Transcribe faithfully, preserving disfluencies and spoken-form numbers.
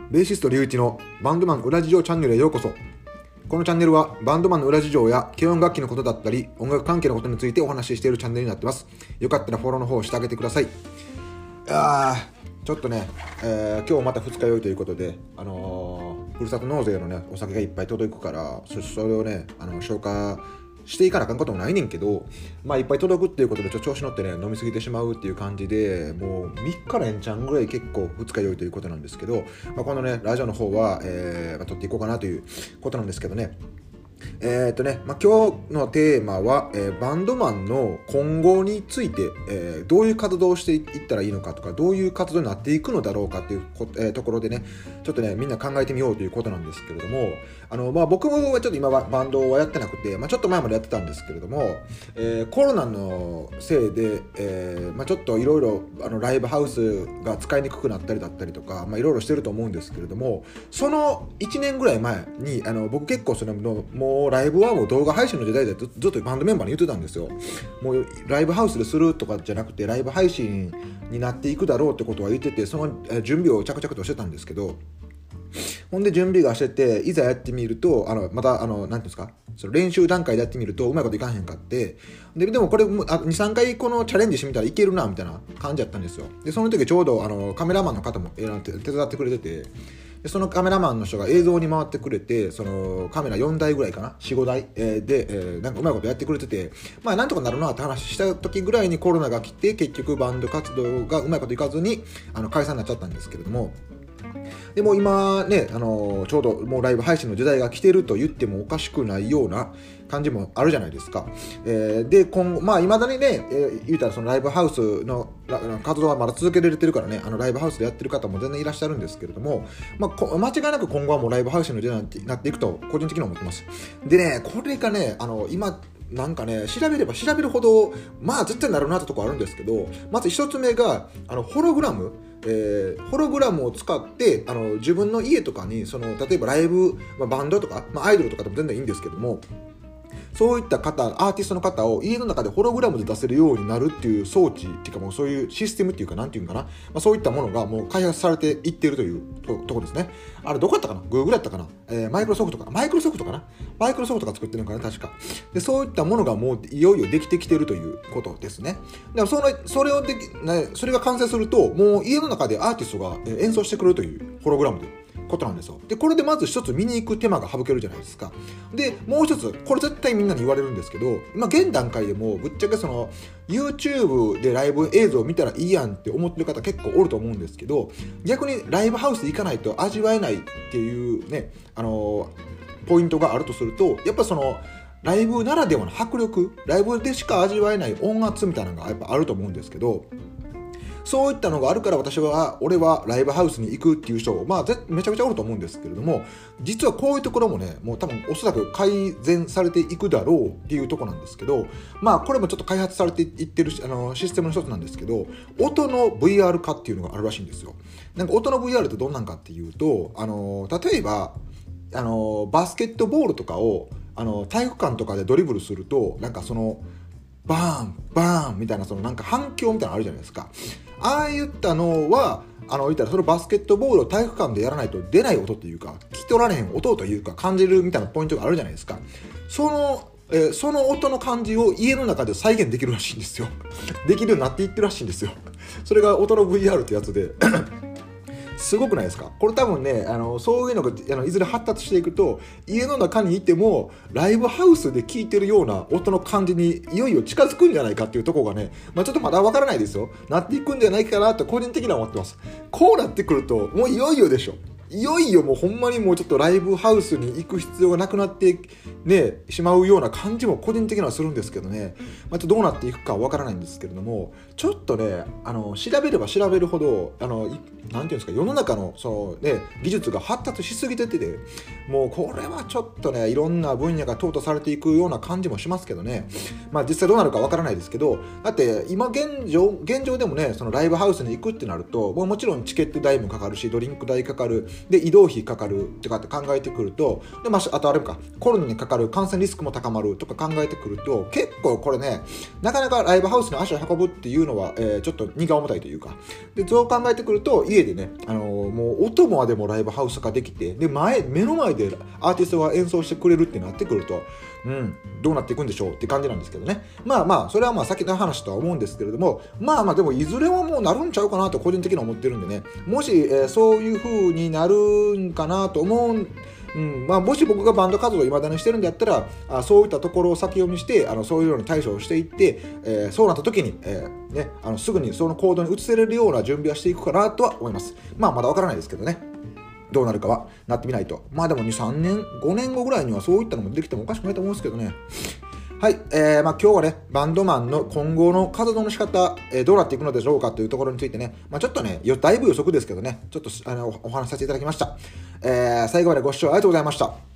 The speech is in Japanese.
ベーシスト龍一のバンドマン裏事情チャンネルへようこそ。このチャンネルはバンドマンの裏事情や軽音楽器のことだったり音楽関係のことについてお話ししているチャンネルになってます。よかったらフォローの方をしてあげてください。あーちょっとね、えー、今日また二日酔いということで、あのー、ふるさと納税のねお酒がいっぱい届くから、そそれをねあの消化していかなあかんこともないねんけど、まあいっぱい届くっていうことでちょ調子乗ってね飲みすぎてしまうっていう感じで、もうみっか連チャンぐらい結構二日酔いということなんですけど、まあ、このねラジオの方は、えーまあ、撮っていこうかなということなんですけどね。えーとねまあ、今日のテーマは、えー、バンドマンの今後について、えー、どういう活動をしていったらいいのかとか、どういう活動になっていくのだろうかっていうこ、えー、ところでねちょっとねみんな考えてみようということなんですけれども、あの、まあ、僕はちょっと今はバンドはやってなくて、まあ、ちょっと前までやってたんですけれども、えー、コロナのせいで、えーまあ、ちょっといろいろライブハウスが使いにくくなったりだったりとか、まあ、いろいろしてると思うんですけれども、そのいちねんぐらい前にあの僕結構そのもうライブはもう動画配信の時代でずっとバンドメンバーに言ってたんですよ。もうライブハウスでするとかじゃなくてライブ配信になっていくだろうってことは言ってて、その準備を着々としてたんですけど、ほんで準備がしてていざやってみるとあのまたあのなんていうんですか、その練習段階でやってみるとうまいこといかへんかって、ででもこれにさんかいこのチャレンジしてみたらいけるなみたいな感じだったんですよ。でその時ちょうどあのカメラマンの方も手伝ってくれてて、でそのカメラマンの人が映像に回ってくれて、そのカメラよんだいぐらいかな よん,ご 台、えー、で、えー、なんかうまいことやってくれてて、まあなんとかなるなって話した時ぐらいにコロナが来て、結局バンド活動がうまいこといかずにあの解散になっちゃったんですけれども、でも今ね、あのー、ちょうどもうライブ配信の時代が来てると言ってもおかしくないような感じもあるじゃないですか。えー、で今後まあ未だにね、えー、言うたらそのライブハウスの活動はまだ続けられてるからね、あのライブハウスでやってる方も全然いらっしゃるんですけれども、まあ、間違いなく今後はもうライブハウスの時代になっていくと個人的に思ってます。でね、これがね、あの今なんかね調べれば調べるほどまあ絶対なるなってとこあるんですけど、まず一つ目があのホログラム、えー、ホログラムを使ってあの自分の家とかにその例えばライブ、まあ、バンドとか、まあ、アイドルとかでも全然いいんですけども、そういった方アーティストの方を家の中でホログラムで出せるようになるっていう装置っていうか、もうそういうシステムっていうかなんていうかな、まあ、そういったものがもう開発されていっているという と, ところですね。あれどこやったかな、 Google やったかな、えー、マイクロソフトかなマイクロソフトかなマイクロソフトが作ってるのかな確かで、そういったものがもういよいよできてきているということですね。だからそのそれをでき、ね、それが完成するともう家の中でアーティストが演奏してくれるというホログラムでことなんですよ。でこれでまず一つ見に行く手間が省けるじゃないですか。でもう一つこれ絶対みんなに言われるんですけど、今現段階でもぶっちゃけその YouTube でライブ映像を見たらいいやんって思ってる方結構おると思うんですけど、逆にライブハウス行かないと味わえないっていうね、あのポイントがあるとすると、やっぱそのライブならではの迫力、ライブでしか味わえない音圧みたいなのがやっぱあると思うんですけど、そういったのがあるから私は俺はライブハウスに行くっていう人まあめちゃくちゃおると思うんですけれども、実はこういうところもねもう多分おそらく改善されていくだろうっていうところなんですけど、まあこれもちょっと開発されていってるあのシステムの一つなんですけど、音の ブイアール 化っていうのがあるらしいんですよ。なんか音の ブイアール ってどんなんかっていうと、あの例えばあのバスケットボールとかをあの体育館とかでドリブルするとなんかそのバーンバーンみたいなそのなんか反響みたいなのあるじゃないですか。ああいったのはあの言ったらそのバスケットボールを体育館でやらないと出ない音というか聞き取られへん音というか感じるみたいなポイントがあるじゃないですか。その、えー、その音の感じを家の中で再現できるらしいんですよ。できるようになっていってるらしいんですよ。それが音の ブイアール ってやつですごくないですか。これ多分ねあのそういうのがあのいずれ発達していくと家の中にいてもライブハウスで聴いてるような音の感じにいよいよ近づくんじゃないかっていうところがね、まあ、ちょっとまだわからないですよ。なっていくんじゃないかなと個人的には思ってます。こうなってくるともういよいよでしょ。いよいよもうほんまにもうちょっとライブハウスに行く必要がなくなってねしまうような感じも個人的にはするんですけどね、まあ、ちょっとどうなっていくかわからないんですけれども、ちょっとねあの調べれば調べるほどあのなんていうんですか、世の中のその、ね、技術が発達しすぎてて、もうこれはちょっとねいろんな分野が淘汰されていくような感じもしますけどね、まあ実際どうなるかわからないですけど、だって今現状現状でもねそのライブハウスに行くってなるともうもちろんチケット代もかかるしドリンク代かかる、 で移動費かかるとかって考えてくると、で、まあ、あとあれかコロナにかかる感染リスクも高まるとか考えてくると、結構これねなかなかライブハウスに足を運ぶっていうのは、えー、ちょっと荷が重たいというか、でそう考えてくると家でね、あのー、もう音もでもライブハウス化できて、で前目の前でアーティストが演奏してくれるってなってくると、うん、どうなっていくんでしょうって感じなんですけどね。まあまあそれはまあ先の話とは思うんですけれども、まあまあでもいずれはもうなるんちゃうかなと個人的には思ってるんでね、もし、えー、そういう風になるんかなと思う、うんまあ、もし僕がバンド活動を未だにしてるんでやったら、あそういったところを先読みして、あのそういうように対処をしていって、えー、そうなった時に、えーね、あのすぐにその行動に移せれるような準備はしていくかなとは思います。まあまだわからないですけどね、どうなるかはなってみないと。まあでもに、さんねん、ごねんごぐらいにはそういったのもできてもおかしくないと思うんですけどね。はい、えーまあ、今日はねバンドマンの今後の活動の仕方、えー、どうなっていくのでしょうかというところについてね、まあ、ちょっとねだいぶ予測ですけどね、ちょっとあのお話しさせていただきました。えー、最後までご視聴ありがとうございました。